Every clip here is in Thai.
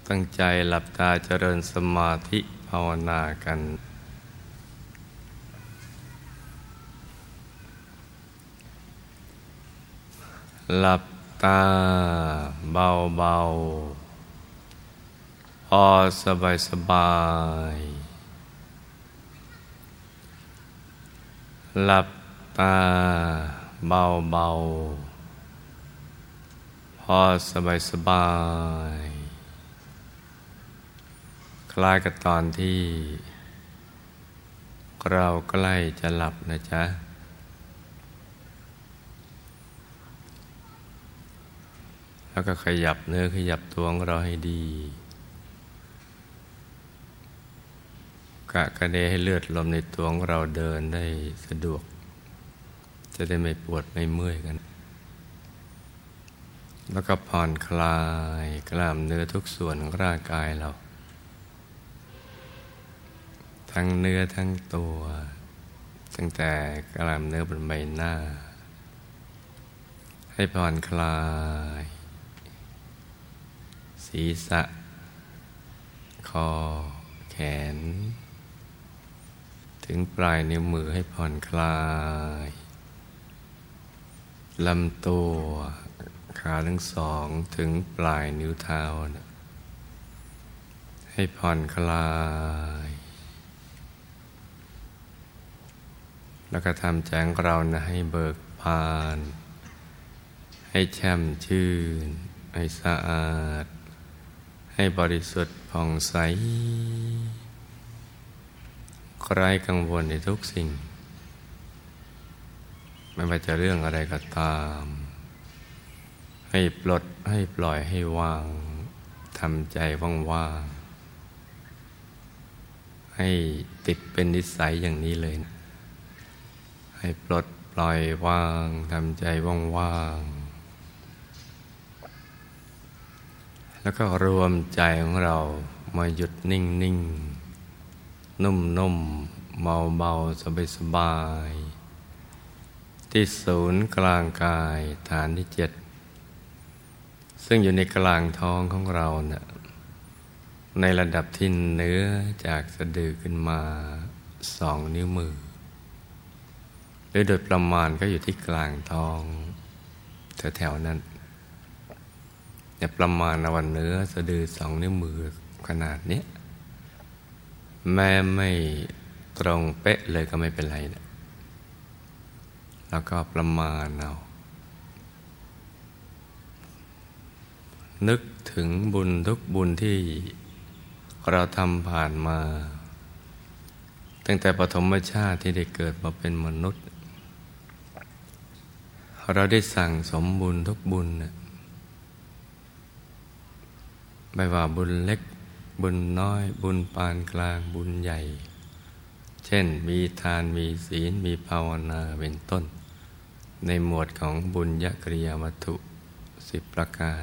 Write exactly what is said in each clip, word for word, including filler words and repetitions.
ตั้งใจหลับตาเจริญสมาธิภาวนากันหลับตาเบาๆพอสบายสบายหลับตาเบาๆพอสบายสบายคล้ายกับตอนที่เราใกล้จะหลับนะจ๊ะแล้วก็ขยับเนื้อขยับตัวของเราให้ดีกะกระเดให้เลือดลมในตัวของเราเดินได้สะดวกจะได้ไม่ปวดไม่เมื่อยกันแล้วก็ผ่อนคลายกล้ามเนื้อทุกส่วนของร่างกายเราทั้งเนื้อทั้งตัวตั้งแต่กล้ามเนื้อบนใบหน้าให้ผ่อนคลายศีรษะคอแขนถึงปลายนิ้วมือให้ผ่อนคลายลำตัวขาทั้งสองถึงปลายนิ้วเท้านะให้ผ่อนคลายแล้วก็ทำใจของเรานะให้เบิกบานให้แช่มชื่นให้สะอาดให้บริสุทธิ์ผ่องใสไร้กังวลในทุกสิ่งไม่ว่าจะเรื่องอะไรก็ตามให้ปลดให้ปล่อยให้วางทำใจว่างๆให้ติดเป็นนิสัยอย่างนี้เลยนะให้ปลดปล่อยวางทำใจว่างๆแล้วก็รวมใจของเรามาหยุดนิ่งๆนุ่มๆเบาๆสบายๆที่ศูนย์กลางกายฐานที่เจ็ดซึ่งอยู่ในกลางท้องของเรานะในระดับที่เหนือจากสะดือขึ้นมาสองนิ้วมือหรือโดยประมาณก็อยู่ที่กลางท้องแถวๆนั้นเนี่ยประมาณวันเนื้อสะดือสองนิ้วมือขนาดนี้แม้ไม่ตรงเป๊ะเลยก็ไม่เป็นไรนะแล้วก็ประมาณเอานึกถึงบุญทุกบุญที่เราทำผ่านมาตั้งแต่ปฐมชาติที่ได้เกิดมาเป็นมนุษย์เราได้สั่งสมบุญทุกบุญนะไม่ว่าบุญเล็กบุญน้อยบุญปานกลางบุญใหญ่เช่นมีทานมีศีลมีภาวนาเป็นต้นในหมวดของบุญญกริยาวัตถุสิบประการ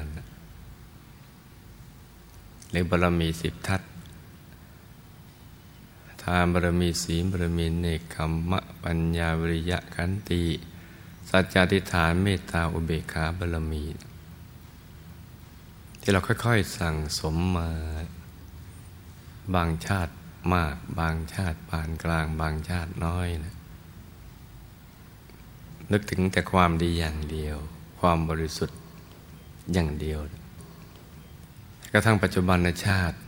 หรือบารมีสิบทัศน์ทานบารมีศีลบารมีเนกขัมมะปัญญาวิริยะขันติสัจจะอธิษฐานเมตตาอุเบกขาบารมีที่เราค่อยๆสั่งสมมาบางชาติมากบางชาติปานกลางบางชาติน้อยนะนึกถึงแต่ความดีอย่างเดียวความบริสุทธิ์อย่างเดียวกระทั่งปัจจุบันชาติ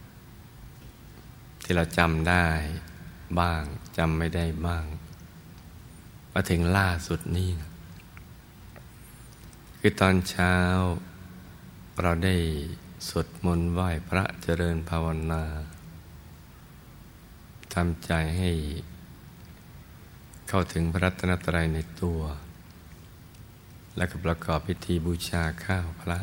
ที่เราจำได้บ้างจำไม่ได้บ้างมาถึงล่าสุดนี่นะคือตอนเช้าเราได้สวดมนต์ไหว้พระเจริญภาวนาทำใจให้เข้าถึงพระรัตนตรัยในตัวและก็ประกอบพิธีบูชาข้าวพระ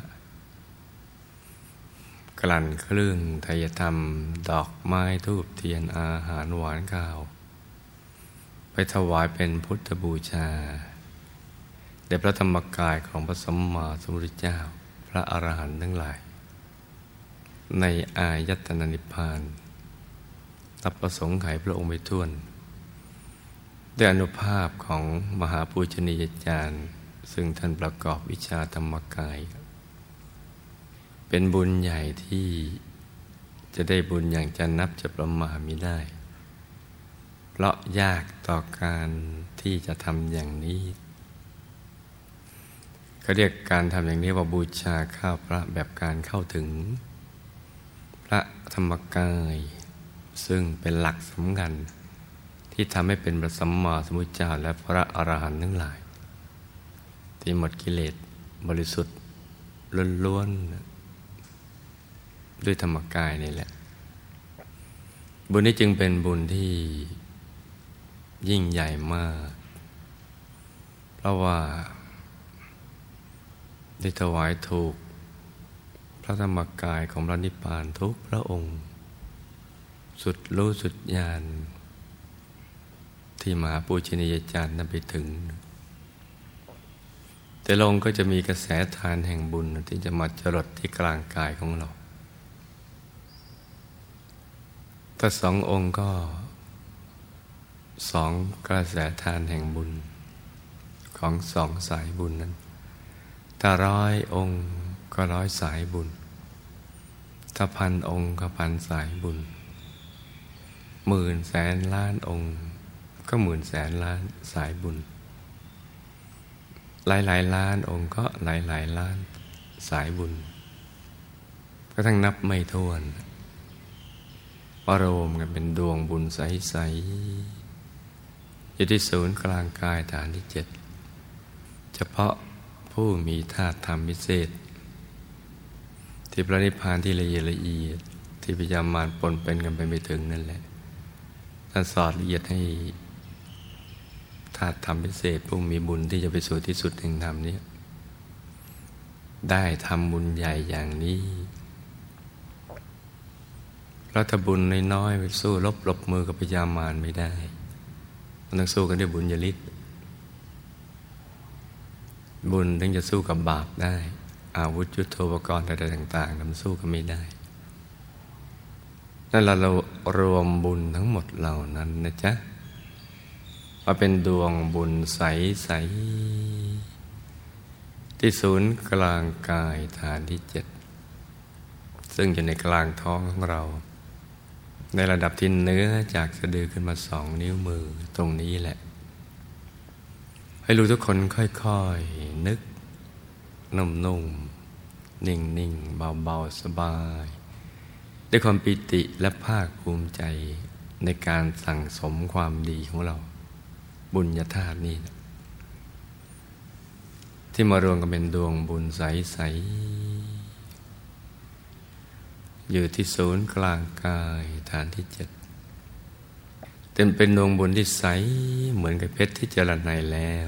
กลั่นเครื่องไทยธรรมดอกไม้ธูปเทียนอาหารหวานข้าวไปถวายเป็นพุทธบูชาแด่พระธรรมกายของพระสัมมาสัมพุทธเจ้าพระอรหันต์ทั้งหลายในอายตนะนิพพานนับประสงค์ไขพระองค์ไม่ถ้วนด้วยอนุภาพของมหาปูชนียาจารย์ซึ่งท่านประกอบวิชาธรรมกาย เเป็นบุญใหญ่ที่จะได้บุญอย่างจะนับจะประมาณไม่ได้เพราะยากต่อการที่จะทำอย่างนี้เขาเรียกการทำอย่างนี้ว่าบูชาข้าวพระแบบการเข้าถึงพระธรรมกายซึ่งเป็นหลักสำคัญที่ทำให้เป็นพระสัมมาสัมพุทธเจ้าและพระอรหันต์ทั้งหลายที่หมดกิเลสบริสุทธิ์ล้วนๆด้วยธรรมกายนี่แหละบุญนี้จึงเป็นบุญที่ยิ่งใหญ่มากเพราะว่าได้ถวายถูกพระธรรมกายของพระนิพพานทุกพระองค์สุดรู้สุดญาณที่มหาปูชนียาจารย์นั้นไปถึงแต่ลงก็จะมีกระแสทานแห่งบุญที่จะมาจรดที่กลางกายของเราถ้าสององค์ก็สองกระแสทานแห่งบุญของสองสายบุญนั้นถ้าร้อยองค์ก็ร้อยสายบุญถ้าพันองค์ก็พันสายบุญหมื่นแสนล้านองค์ก็หมื่นแสนล้านสายบุญหลายหลายล้านองค์ก็หลายหลายล้านสายบุญก็ทั้งนับไม่ถ้วนปรวมกันเป็นดวงบุญใสๆอยู่ที่ศูนย์กลางกายฐานที่เจ็ดเฉพาะผู้มีธาตุธรรมพิเศษที่พระนิพพานที่ละเอียดละเอียดที่พยามารปนเป็นกันไปไม่ถึงนั่นแหละท่านสอนละเอียดให้ธาตุธรรมพิเศษผู้มีบุญที่จะไปสู่ที่สุดแห่งธรรมนี้ได้ทำบุญใหญ่อย่างนี้เพราะถ้าบุญน้อยๆไปสู้รบหลบมือกับพยามารไม่ได้มันต้องสู้กันด้วยบุญญาฤทธิ์บุญถึงจะสู้กับบาปได้อาวุธยุทโธปกรณ์อะไรต่างๆมันสู้กันไม่ได้นั่นเราเรารวมบุญทั้งหมดเหล่านั้นนะจ๊ะมาเป็นดวงบุญใสๆที่ศูนย์กลางกายฐานที่เจ็ดซึ่งอยู่ในกลางท้องของเราในระดับที่เนื้อจากสะดือขึ้นมาสองนิ้วมือตรงนี้แหละให้รู้ทุกคนค่อยๆนึกนุ่มๆนิ่งๆเบาๆสบายด้วยความปิติและภาคภูมิใจในการสั่งสมความดีของเราบุญญาธาตุนี่ที่มารวมกันเป็นดวงบุญใสๆอยู่ที่ศูนย์กลางกายฐานที่เจ็ดเต็มเป็นดวงบุญที่ใสเหมือนกับเพชรที่เจริญในแล้ว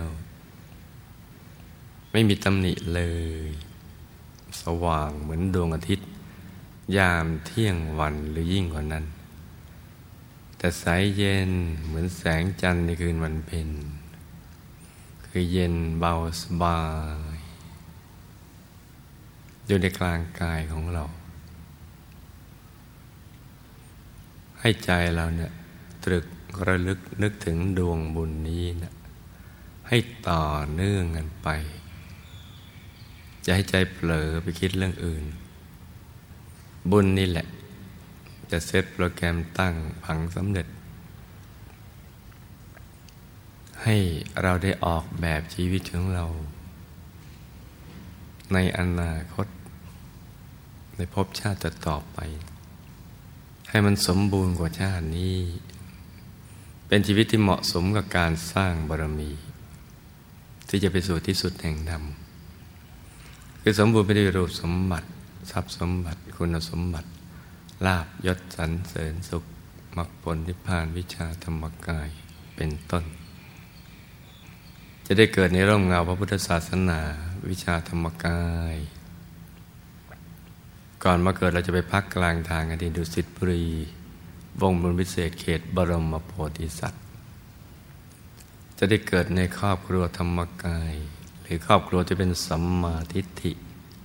ไม่มีตำหนิเลยสว่างเหมือนดวงอาทิตย์ยามเที่ยงวันหรือยิ่งกว่านั้นแต่ใสเย็นเหมือนแสงจันทร์ในคืนวันเพ็ญคือเย็นเบาสบายอยู่ในกลางกายของเราให้ใจเราเนี่ยตรึกระลึกนึกถึงดวงบุญนี้นะให้ต่อเนื่องกันไปอย่าให้ใจเผลอไปคิดเรื่องอื่นบุญนี่แหละจะเซตโปรแกรมตั้งผังสำเร็จให้เราได้ออกแบบชีวิตของเราในอนาคตในภพชาติต่อไปให้มันสมบูรณ์กว่าชาตินี้เป็นชีวิตที่เหมาะสมกับการสร้างบารมีที่จะไปสู่ที่สุดแห่งธรรมคือสมบูรณ์ไปด้วยรูปสมบัติทรัพย์สมบัติคุณสมบัติลาภยศสรรเสริญสุขมรรคผลนิพพานวิชาธรรมกายเป็นต้นจะได้เกิดในร่มเงาพระพุทธศาสนาวิชาธรรมกายก่อนมาเกิดเราจะไปพักกลางทางกันที่ดุสิตบุรีวงบุญวิเศษเขตบรมโพธิสัตว์จะได้เกิดในครอบครัวธรรมกายหรือครอบครัวจะเป็นสัมมาทิฏฐิ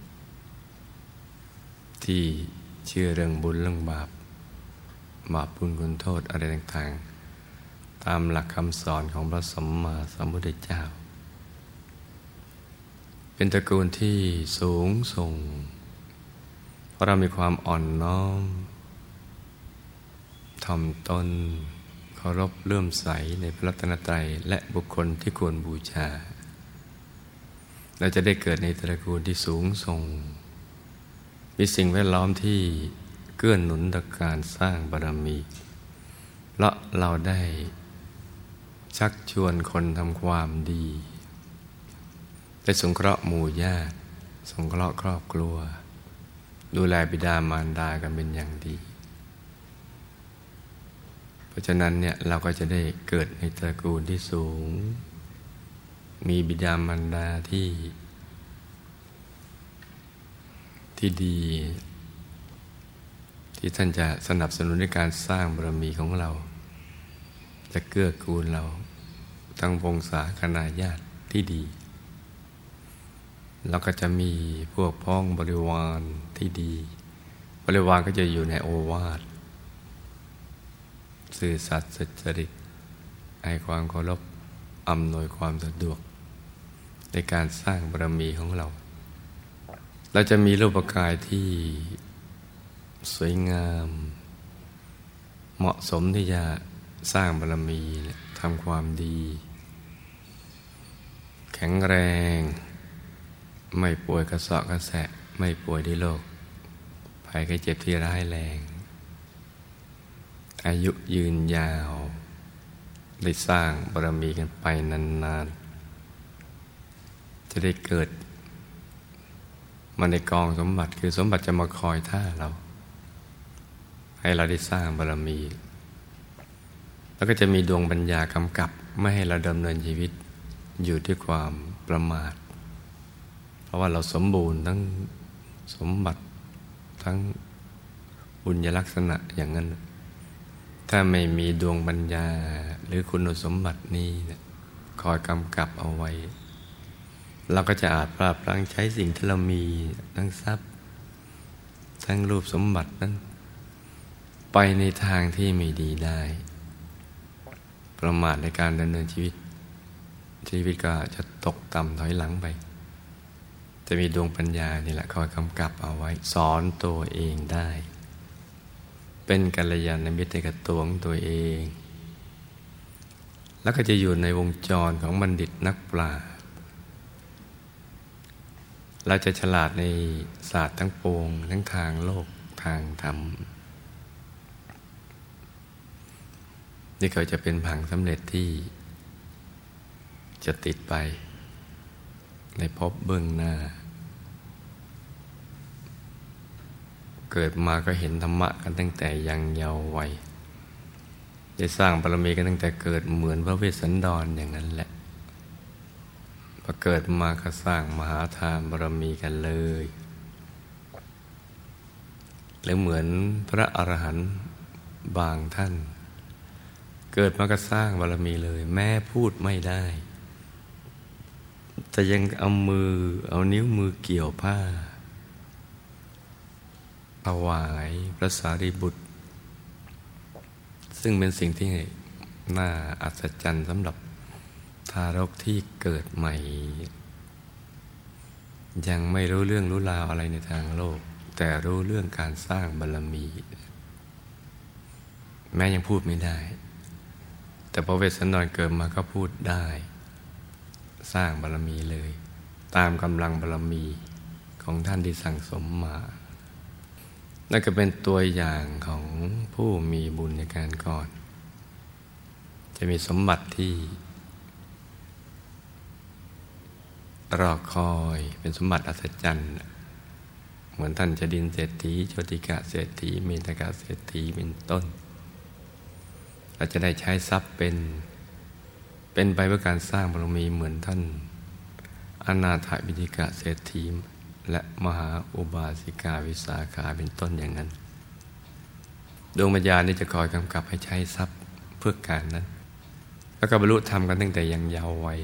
ที่เชื่อเรื่องบุญเรื่องบาปบาปบุญคุณโทษอะไรต่างๆตามหลักคำสอนของพระสัมมาสัมพุทธเจ้าเป็นตระกูลที่สูงส่งราะเรามีความอ่อนน้อมถ่อมตนเคารพเลื่อมใสในพระรัตนตรัยและบุคคลที่ควรบูชาเราจะได้เกิดในตระกูลที่สูงส่งมีสิ่งแวดล้อมที่เกื้อหนุนต่อการสร้างบารมีเพราะเราได้ชักชวนคนทำความดีไปสงเคราะห์หมู่ญาติสงเคราะห์ครอบครัวดูแลบิดามารดากันเป็นอย่างดีเพราะฉะนั้นเนี่ยเราก็จะได้เกิดในตระกูลที่สูงมีบิดามารดาที่ที่ดีที่ท่านจะสนับสนุนในการสร้างบารมีของเราจะเกื้อกูลเราทั้งวงศาคณาญาติที่ดีแล้วก็จะมีพวกพ้องบริวารที่ดีบริวารก็จะอยู่ในโอวาทซื่อสัตย์สุจริตให้ความเคารพอำนวยความสะดวกในการสร้างบารมีของเราเราจะมีรูปกายที่สวยงามเหมาะสมที่จะสร้างบารมีทำความดีแข็งแรงไม่ป่วยกระเสาะกระแสะไม่ป่วยด้วยโรคภัยไข้เจ็บที่ร้ายแรงอายุยืนยาวได้สร้างบารมีกันไปนานๆจะได้เกิดมาในกองสมบัติคือสมบัติจะมาคอยท่าเราให้เราได้สร้างบารมีแล้วก็จะมีดวงปัญญากำกับไม่ให้เราดำเนินชีวิตอยู่ด้วยความประมาทเพราะว่าเราสมบูรณ์ทั้งสมบัติทั้งบุญญลักษณะอย่างนั้นถ้าไม่มีดวงปัญญาหรือคุณสมบัตินี้คอยกำกับเอาไว้เราก็จะอาจพลาดพลั้งใช้สิ่งที่เรามีทั้งทรัพย์ทั้งรูปสมบัตินั้นไปในทางที่ไม่ดีได้ประมาทในการดำเนินชีวิตชีวิตก็จะตกต่ำถอยหลังไปจะมีดวงปัญญานี่แหละคอยกำกับเอาไว้สอนตัวเองได้เป็นกัลยาณมิตรกับตัวของตัวเองแล้วก็จะอยู่ในวงจรของบัณฑิตนักปราชญ์เราจะฉลาดในศาสตร์ทั้งปวงทั้งทางโลกทางธรรมนี่เขาจะเป็นผังสำเร็จที่จะติดไปในภพเบื้องหน้าเกิดมาก็เห็นธรรมะกันตั้งแต่ยังเยาว์วัยได้สร้างบารมีกันตั้งแต่เกิดเหมือนพระเวสสันดรอย่างนั้นแหละพอเกิดมาก็สร้างมหาทานบารมีกันเลยหรือเหมือนพระอรหันต์บางท่านเกิดมาก็สร้างบารมีเลยแม้พูดไม่ได้แต่ยังเอามือเอานิ้วมือเกี่ยวผ้าถวายพระสารีบุตรซึ่งเป็นสิ่งที่น่าอัศจรรย์สำหรับทารกที่เกิดใหม่ยังไม่รู้เรื่องรู้ราวอะไรในทางโลกแต่รู้เรื่องการสร้างบารมีแม้ยังพูดไม่ได้แต่พระเวสสันดรเกิดมาก็พูดได้สร้างบารมีเลยตามกำลังบารมีของท่านที่สั่งสมมานั่นก็เป็นตัวอย่างของผู้มีบุญในการก่อนจะมีสมบัติที่รอคอยเป็นสมบัติอัศจรรย์เหมือนท่านจดินเศรษฐีโชติกะเศรษฐีเมธกะเศรษฐีเป็นต้นเราจะได้ใช้ทรัพย์เป็นเป็นไปเพื่อการสร้างบารมีเหมือนท่านอนาถบิณฑิกะเศรษฐีและมหาอุบาสิกาวิสาขาเป็นต้นอย่างนั้นดวงปัญญานี่จะคอยกำกับให้ใช้ทรัพย์เพื่อการนั้นแล้วก็บรรลุธรรมกันตั้งแต่ยังเยาว์วัย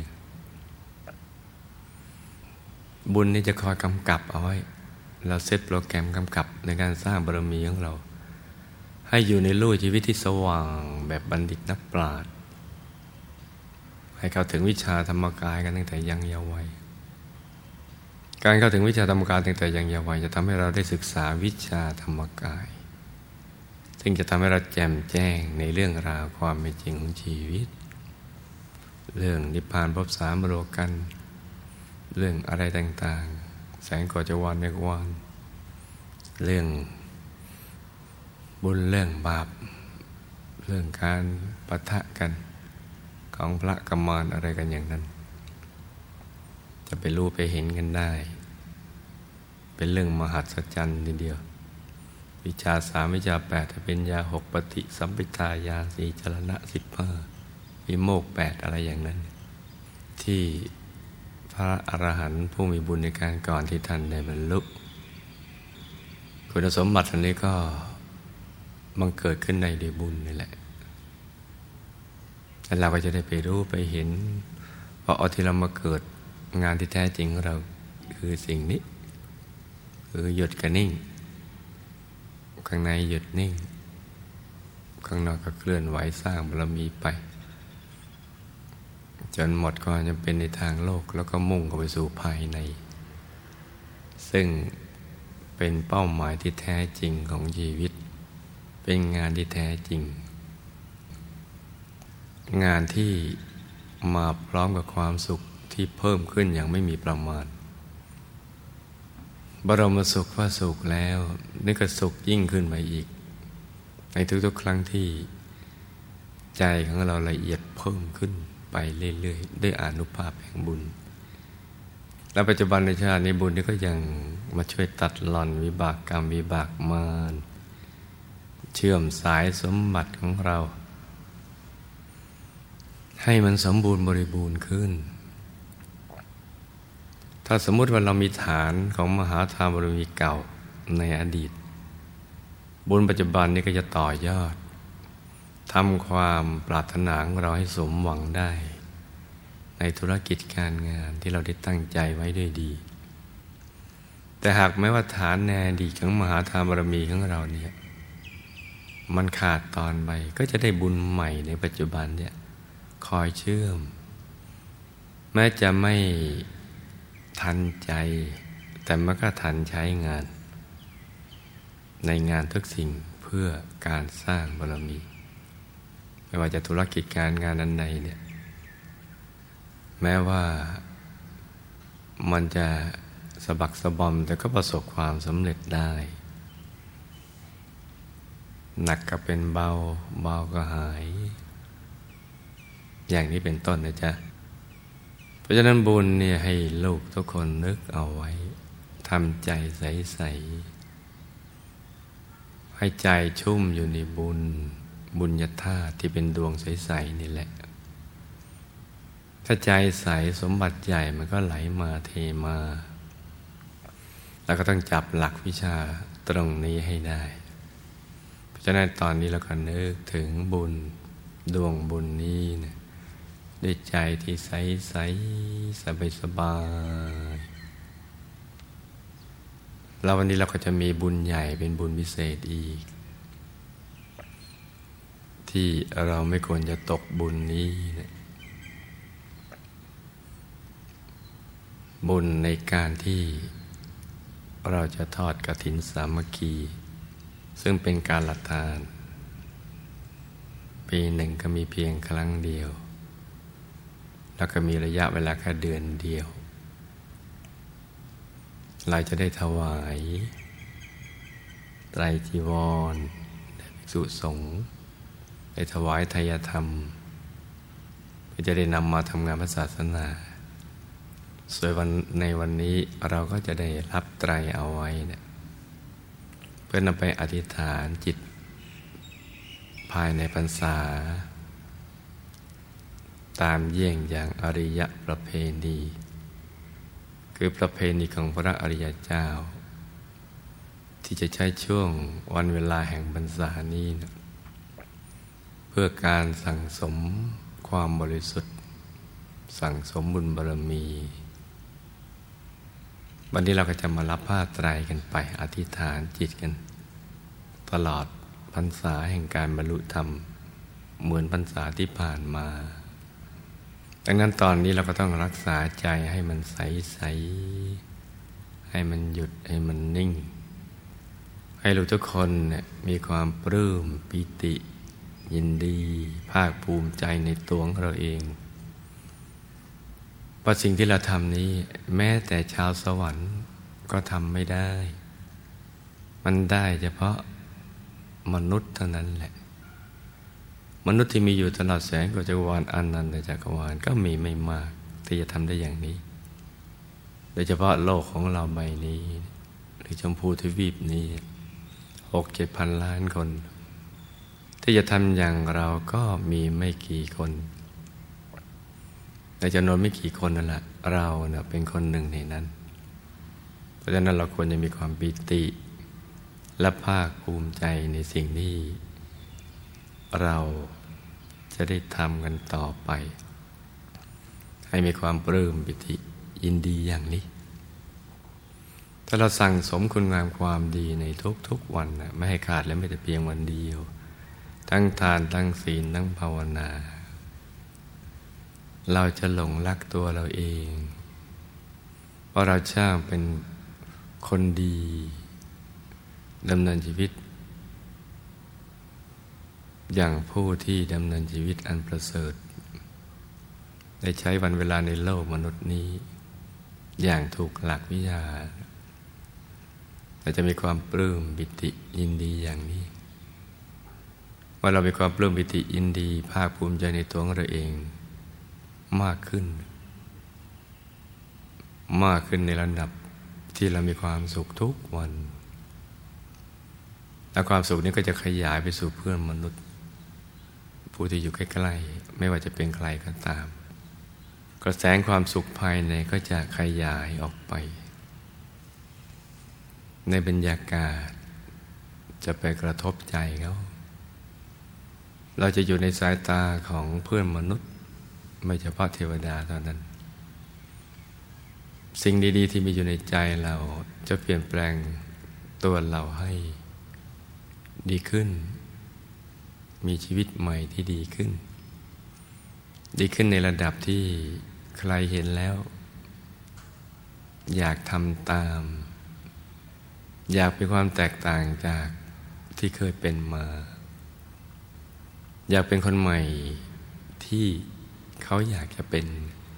บุญนี่จะคอยกำกับเอาไว้เราเซตโปรแกรมกำกับในการสร้างบารมีของเราให้อยู่ในลู่ชีวิตที่สว่างแบบบัณฑิตนักปราชญ์ให้เข้าถึงวิชาธรรมกายกันตั้งแต่ยังเยาว์วัยการเข้าถึงวิชาธรรมกายตั้งแต่อย่างเยาว์วัยจะทำให้เราได้ศึกษาวิชาธรรมกายซึ่งจะทำให้เราแจ่มแจ้งในเรื่องราวความเป็นจริงของชีวิตเรื่องนิพพานภพสามโลกันเรื่องอะไรต่างๆแสงโคจรวาลในวานเรื่องบุญเรื่องบาปเรื่องการปะทะกันของพระกมารอะไรกันอย่างนั้นจะไปรู้ไปเห็นกันได้เป็นเรื่องมหัศจรรย์ทีเดียววิชาสามวิชาแปดเป็นยาหกปฏิสัมปิทายาสี่จรณะสิบห้าวิโมกข์แปดอะไรอย่างนั้นที่พระอรหันต์ผู้มีบุญในการก่อนที่ท่านได้บรรลุคุณสมบัติอันนี้ก็บังเกิดขึ้นในด้วยบุญนี่แหละแล้วเราก็จะได้ไปรู้ไปเห็นว่าเอาที่เรามาเกิดงานที่แท้จริงของเราคือสิ่งนี้คือหยุดกับนิ่งข้างในหยุดนิ่งข้างนอกก็เคลื่อนไหวสร้างบารมีไปจนหมดก็จะเป็นในทางโลกแล้วก็มุ่งเข้าไปสู่ภายในซึ่งเป็นเป้าหมายที่แท้จริงของชีวิตเป็นงานที่แท้จริงงานที่มาพร้อมกับความสุขที่เพิ่มขึ้นอย่างไม่มีประมาณบรมสุขว่าสุขแล้วนี่ก็สุขยิ่งขึ้นไปอีกในทุกๆครั้งที่ใจของเราละเอียดเพิ่มขึ้นไปเรื่อยๆด้วยอานุภาพแห่งบุญและปัจจุบันในชาตินี้บุญนี้ก็ยังมาช่วยตัดหล่อนวิบากกรรมวิบากมารเชื่อมสายสมบัติของเราให้มันสมบูรณ์บริบูรณ์ขึ้นถ้าสมมุติว่าเรามีฐานของมหาทานบารมีเก่าในอดีตบุญปัจจุบันนี้ก็จะต่อยอดทำความปรารถนาของเราให้สมหวังได้ในธุรกิจการงานที่เราได้ตั้งใจไว้ด้วยดีแต่หากแม้ว่าฐานในอดีตของมหาทานบารมีของเราเนี่ยมันขาดตอนไปก็จะได้บุญใหม่ในปัจจุบันเนี่ยคอยเชื่อมแม้จะไม่ทันใจแต่มันก็ทันใช้งานในงานทุกสิ่งเพื่อการสร้างบารมีไม่ว่าจะธุรกิจการงานอันใดเนี่ยแม้ว่ามันจะสะบักสะบอมแต่ก็ประสบความสำเร็จได้หนักก็เป็นเบาเบาก็หายอย่างนี้เป็นต้นนะจ๊ะเพราะฉะนั้นบุญเนี่ยให้ลูกทุกคนนึกเอาไว้ทำใจใสๆให้ใจชุ่มอยู่ในบุญบุญญาธาตุที่เป็นดวงใสๆนี่แหละถ้าใจใสสมบัติใหญ่มันก็ไหลมาเทมาแล้วก็ต้องจับหลักวิชาตรงนี้ให้ได้เพราะฉะนั้นตอนนี้เราก็นึกถึงบุญดวงบุญนี้นะด้วยใจที่ใสใสสบายสบายแล้ววันนี้เราก็จะมีบุญใหญ่เป็นบุญพิเศษอีกที่เราไม่ควรจะตกบุญนี้นะบุญในการที่เราจะทอดกฐินสามัคคีซึ่งเป็นการละทานปีหนึ่งก็มีเพียงครั้งเดียวแล้วก็มีระยะเวลาแค่เดือนเดียวเราจะได้ถวายไตรจีวรแด่ภิกษุสงฆ์ได้ถวายไทยธรรมเพื่อจะได้นำมาทำงานพระศาสนาส่วนวันในวันนี้เราก็จะได้รับไตรเอาไว้เนี่ยเพื่อนำไปอธิษฐานจิตภายในพรรษาตามเยี่ยงอย่างอริยประเพณีคือประเพณีของพระอริยเจ้าที่จะใช้ช่วงวันเวลาแห่งพรรษานี้นะเพื่อการสั่งสมความบริสุทธิ์สั่งสมบุญบารมีวันนี้เราก็จะมารับผ้าไตรกันไปอธิษฐานจิตกันตลอดพรรษาแห่งการบรรลุธรรมเหมือนพรรษาที่ผ่านมาดังนั้นตอนนี้เราก็ต้องรักษาใจให้มันใสให้มันหยุดให้มันนิ่งให้ลูกทุกคนเนี่ยมีความปลื้มปิติยินดีภาคภูมิใจในตัวของเราเองเพราะสิ่งที่เราทำนี้แม้แต่ชาวสวรรค์ก็ทำไม่ได้มันได้เฉพาะมนุษย์เท่านั้นแหละมนุษย์ที่มีอยู่ตลอดแสนกว่าจักรวาลอนันตจักรวาลก็มีไม่มากที่จะทำได้อย่างนี้โดยเฉพาะโลกของเราใบนี้หรือชมพูทวีปนี้หกเจ็ดพันล้านคนที่จะทำอย่างเราก็มีไม่กี่คนในจำนวนไม่กี่คนนั่นแหละเราเนี่ยเป็นคนหนึ่งในนั้นเพราะฉะนั้นเราควรจะมีความปิติและภาคภูมิใจในสิ่งที่เราจะได้ทำกันต่อไปให้มีความปลื้มปิติยินดีอย่างนี้ถ้าเราสั่งสมคุณงามความดีในทุกๆวันนะไม่ให้ขาดและไม่แต่เพียงวันเดียวทั้งทานทั้งศีลทั้งภาวนาเราจะหลงรักตัวเราเองเพราะเราช่างเป็นคนดีดำเนินชีวิตอย่างผู้ที่ดำเนินชีวิตอันประเสริฐได้ใช้วันเวลาในโลกมนุษย์นี้อย่างถูกหลักวิทยาเราจะมีความปลื้มปิติยินดีอย่างนี้ว่าเรามีความปลื้มปิติยินดีภาคภูมิใจในตัวของเราเองมากขึ้นมากขึ้นในระดับที่เรามีความสุขทุกวันและความสุขนี้ก็จะขยายไปสู่เพื่อนมนุษย์ผู้ที่อยู่ใกล้ๆไม่ว่าจะเป็นใครก็ตามกระแสความสุขภายในก็จะขยายออกไปในบรรยากาศจะไปกระทบใจเขาเราจะอยู่ในสายตาของเพื่อนมนุษย์ไม่เฉพาะเทวดาเท่านั้นสิ่งดีๆที่มีอยู่ในใจเราจะเปลี่ยนแปลงตัวเราให้ดีขึ้นมีชีวิตใหม่ที่ดีขึ้นดีขึ้นในระดับที่ใครเห็นแล้วอยากทำตามอยากเป็นความแตกต่างจากที่เคยเป็นมาอยากเป็นคนใหม่ที่เขาอยากจะเป็น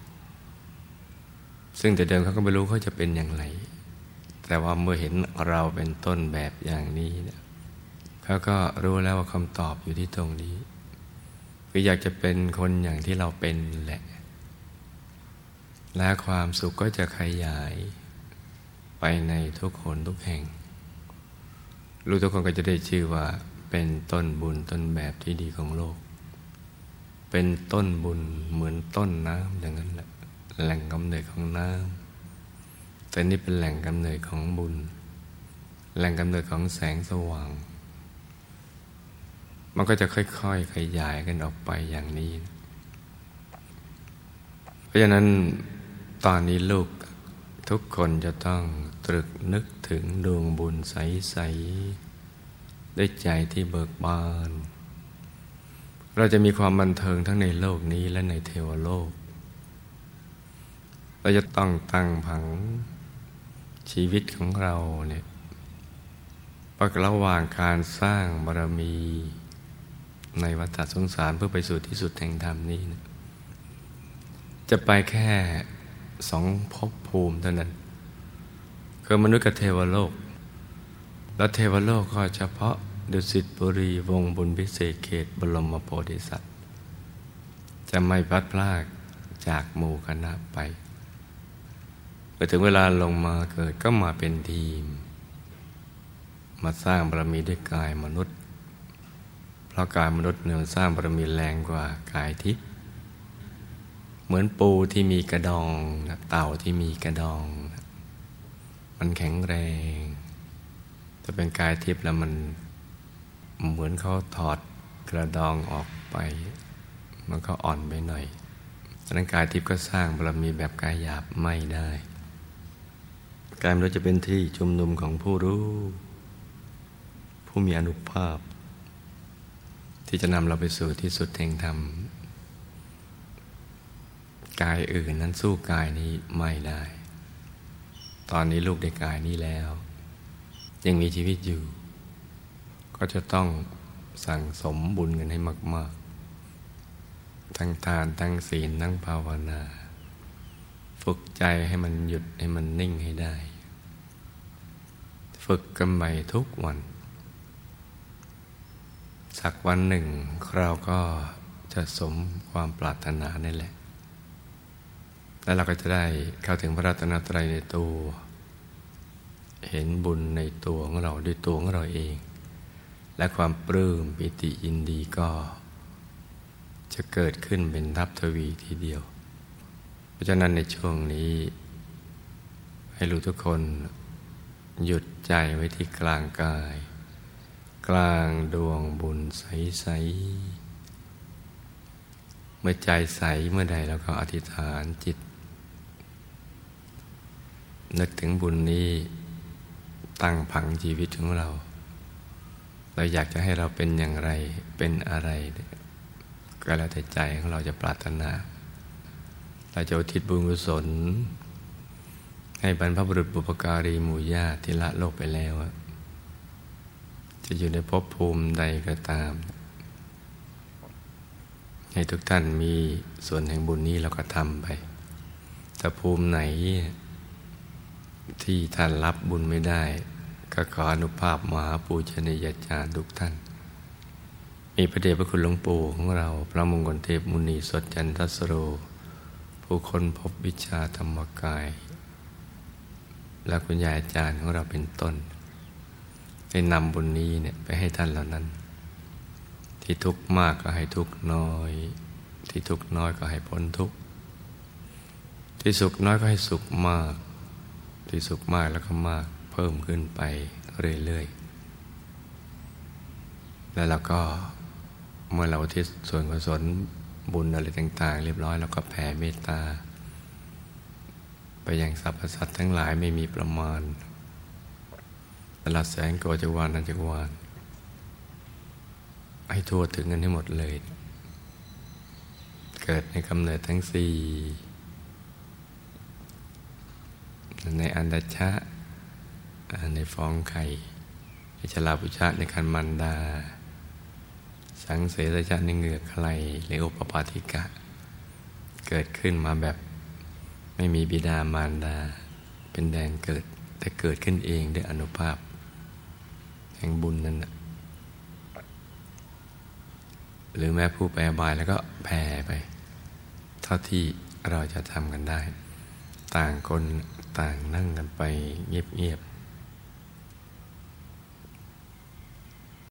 ซึ่งแต่เดิมเขาก็ไม่รู้เขาจะเป็นอย่างไรแต่ว่าเมื่อเห็นเราเป็นต้นแบบอย่างนี้เนี่ยเขาก็รู้แล้วว่าคำตอบอยู่ที่ตรงนี้คืออยากจะเป็นคนอย่างที่เราเป็นแหละและความสุขก็จะขยายไปในทุกคนทุกแห่งรู้ทุกคนก็จะได้ชื่อว่าเป็นต้นบุญต้นแบบที่ดีของโลกเป็นต้นบุญเหมือนต้นน้ำอย่างนั้นแหละแหล่งกำเนิดของน้ำแต่นี่เป็นแหล่งกำเนิดของบุญแหล่งกำเนิดของแสงสว่างมันก็จะค่อยๆขยายกันออกไปอย่างนี้เพราะฉะนั้นตอนนี้ลูกทุกคนจะต้องตรึกนึกถึงดวงบุญใสๆด้วยใจที่เบิกบานเราจะมีความบันเทิงทั้งในโลกนี้และในเทวโลกเราจะต้องตั้งผังชีวิตของเราเนี่ยระหว่างการสร้างบารมีในวัฏสงสารเพื่อไปสู่ที่สุดแห่งธรรมนี้นะจะไปแค่สองภพภูมิเท่านั้นคือมนุษย์กับเทวโลกแล้วเทวโลกก็เฉพาะดุสิตบุรีวงบุญพิเศษเขตบรมโพธิสัตว์จะไม่พลัดพรากจากหมู่คณะไปพอถึงเวลาลงมาเกิดก็มาเป็นทีมมาสร้างบารมีด้วยกายมนุษย์เพราะกายมนุษย์เนี่ยสร้างบารมีแรงกว่ากายทิพย์เหมือนปูที่มีกระดองนะเต่าที่มีกระดองนะมันแข็งแรงแต่เป็นกายทิพย์แล้วมันเหมือนเขาถอดกระดองออกไปมันก็อ่อนไปหน่อยดังนั้นกายทิพย์ก็สร้างบารมีแบบกายหยาบไม่ได้กายมนุษย์จะเป็นที่ชุมนุมของผู้รู้ผู้มีอานุภาพที่จะนำเราไปสู่ที่สุดแห่งธรรมกายอื่นนั้นสู้กายนี้ไม่ได้ตอนนี้ลูกได้กายนี้แล้ว ยังมีชีวิตอยู่ก็จะต้องสั่งสมบุญกันให้มากๆทั้งทานทั้งศีลทั้งภาวนาฝึกใจให้มันหยุดให้มันนิ่งให้ได้ฝึกกันใหม่ทุกวันสักวันหนึ่งเราก็จะสมความปรารถนานี่แหละแล้วเราก็จะได้เข้าถึงพระรัตนตรัยในตัวเห็นบุญในตัวของเราด้วยตัวของเราเองและความปลื้มปิติยินดีก็จะเกิดขึ้นเป็นทัพทวีทีเดียวเพราะฉะนั้นในช่วงนี้ให้รู้ทุกคนหยุดใจไว้ที่กลางกายกลางดวงบุญใสๆเมื่อใจใสเมื่อใดแล้วก็อธิษฐานจิตนึกถึงบุญนี้ตั้งผังชีวิตของเราเราอยากจะให้เราเป็นอย่างไรเป็นอะไรก็แล้วแต่ใจของเราจะปรารถนาเราจะอุทิศบุญกุศลให้บรรพบุรุษบุพการีหมู่ญาติที่ละโลกไปแล้วจะอยู่ในภพภูมิใดก็ตามให้ทุกท่านมีส่วนแห่งบุญนี้เราก็ทำไปแต่ภูมิไหนที่ท่านรับบุญไม่ได้ก็ขออนุภาพมหาปูชนียาจารย์ทุกท่านมีพระเดชพระคุณหลวงปู่ของเราพระมงคลเทพมุนีสดจันทสโรผู้คนพบวิชาธรรมกายและคุณยายอาจารย์ของเราเป็นต้นได้นำบุญนี้เนี่ยไปให้ท่านเหล่านั้นที่ทุกข์มากก็ให้ทุกข์น้อยที่ทุกข์น้อยก็ให้พ้นทุกข์ที่สุขน้อยก็ให้สุขมากที่สุขมากแล้วก็มากเพิ่มขึ้นไปเรื่อยๆแล้วเราก็เมื่อเราที่ส่วนกุศลบุญอะไรต่างๆเรียบร้อยแล้วก็แผ่เมตตาไปยังสรรพสัตว์ทั้งหลายไม่มีประมาณตลอดแสนโกจักรวาลนันจักรวาลให้ทั่วถึงกันให้หมดเลยเกิดในกำเนิดทั้งสี่ในอันดชะในฟองไข่ในชลาภุชะในคันมันดาสังเสรชะในเหงือกใครหรือโอปปาติกะเกิดขึ้นมาแบบไม่มีบิดามารดาเป็นแดงเกิดแต่เกิดขึ้นเองด้วยอนุภาพแห่งบุญนั้นนะหรือแม้ผู้ไปอบายแล้วก็แผ่ไปเท่าที่เราจะทำกันได้ต่างคนต่างนั่งกันไปเงียบๆ